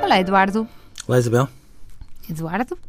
Olá, Eduardo. Olá, Isabel. Eduardo?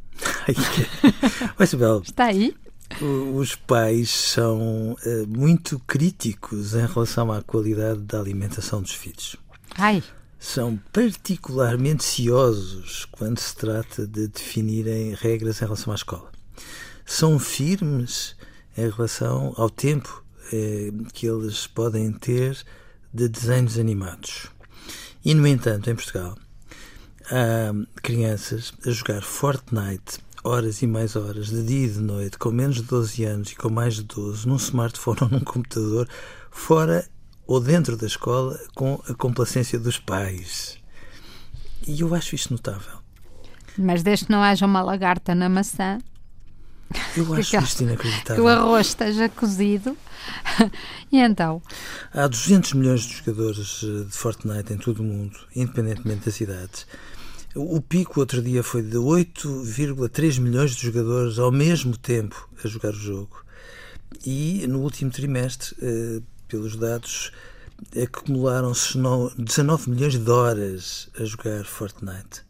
Oi, Isabel. Está aí? Os pais são muito críticos em relação à qualidade da alimentação dos filhos. Ai. São particularmente ciosos quando se trata de definirem regras em relação à escola. São firmes em relação ao tempo que eles podem ter de desenhos animados. E, no entanto, em Portugal, há crianças a jogar Fortnite horas e mais horas, de dia e de noite, com menos de 12 anos e com mais de 12, num smartphone ou num computador, fora ou dentro da escola, com a complacência dos pais. E eu acho isto notável. Mas desde que não haja uma lagarta na maçã... Eu acho isto inacreditável. Que o arroz esteja cozido. E então? Há 200 milhões de jogadores de Fortnite em todo o mundo, independentemente das idades. O pico outro dia foi de 8,3 milhões de jogadores ao mesmo tempo a jogar o jogo. E no último trimestre, pelos dados, acumularam-se 19 milhões de horas a jogar Fortnite.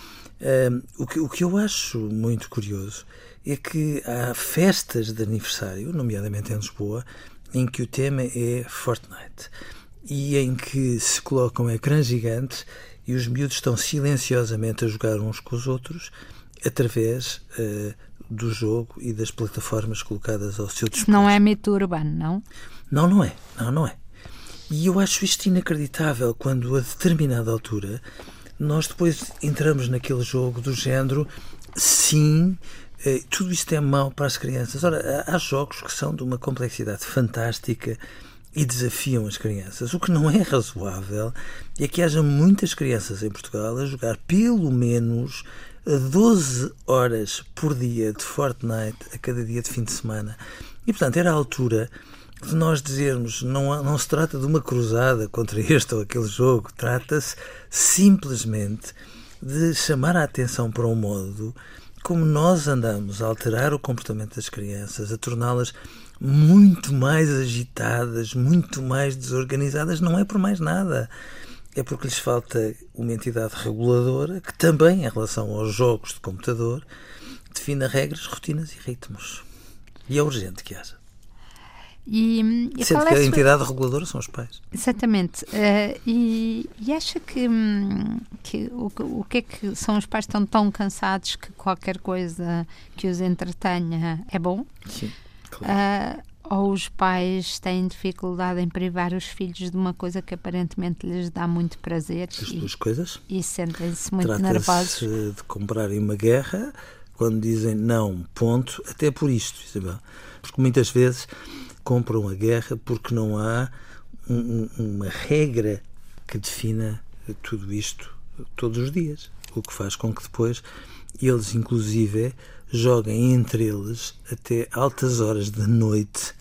O que eu acho muito curioso é que há festas de aniversário, nomeadamente em Lisboa, em que o tema é Fortnite e em que se colocam ecrãs gigantes e os miúdos estão silenciosamente a jogar uns com os outros através do jogo e das plataformas colocadas ao seu dispor. Não é mito urbano, não? Não é. E eu acho isto inacreditável quando, a determinada altura, nós depois entramos naquele jogo do género, sim, tudo isto é mau para as crianças. Ora, há jogos que são de uma complexidade fantástica e desafiam as crianças. O que não é razoável é que haja muitas crianças em Portugal a jogar pelo menos 12 horas por dia de Fortnite a cada dia de fim de semana. E, portanto, era a altura de nós dizermos não se trata de uma cruzada contra este ou aquele jogo, trata-se simplesmente de chamar a atenção para um modo como nós andamos a alterar o comportamento das crianças, a torná-las muito mais agitadas, muito mais desorganizadas. Não é por mais nada. É porque lhes falta uma entidade reguladora que também, em relação aos jogos de computador, defina regras, rotinas e ritmos. E é urgente que haja. Sendo que a entidade reguladora são os pais. Exatamente. E acha que o que é que são os pais tão cansados que qualquer coisa que os entretenha é bom? Sim, claro. Ou os pais têm dificuldade em privar os filhos de uma coisa que aparentemente lhes dá muito prazer? As duas coisas. E sentem-se muito Trata-se nervosos. de comprarem uma guerra quando dizem não, ponto, até por isto, Isabel. Porque muitas vezes compram a guerra porque não há uma regra que defina tudo isto todos os dias. O que faz com que depois eles, inclusive, joguem entre eles até altas horas da noite,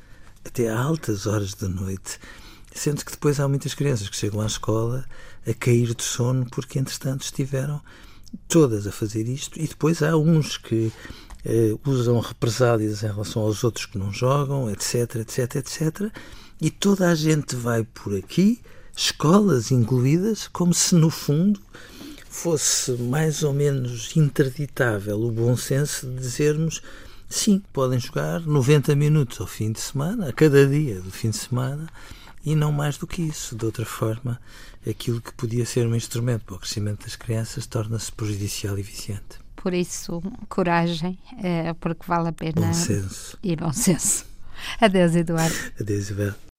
sendo que depois há muitas crianças que chegam à escola a cair de sono porque, entretanto, estiveram todas a fazer isto, e depois há uns que usam represálias em relação aos outros que não jogam, etc, e toda a gente vai por aqui, escolas incluídas, como se no fundo fosse mais ou menos interditável o bom senso de dizermos sim, podem jogar 90 minutos ao fim de semana, a cada dia do fim de semana, e não mais do que isso. De outra forma, aquilo que podia ser um instrumento para o crescimento das crianças torna-se prejudicial e viciante. Por isso, coragem, porque vale a pena. Bom senso. E bom senso. Adeus, Eduardo. Adeus, Isabel.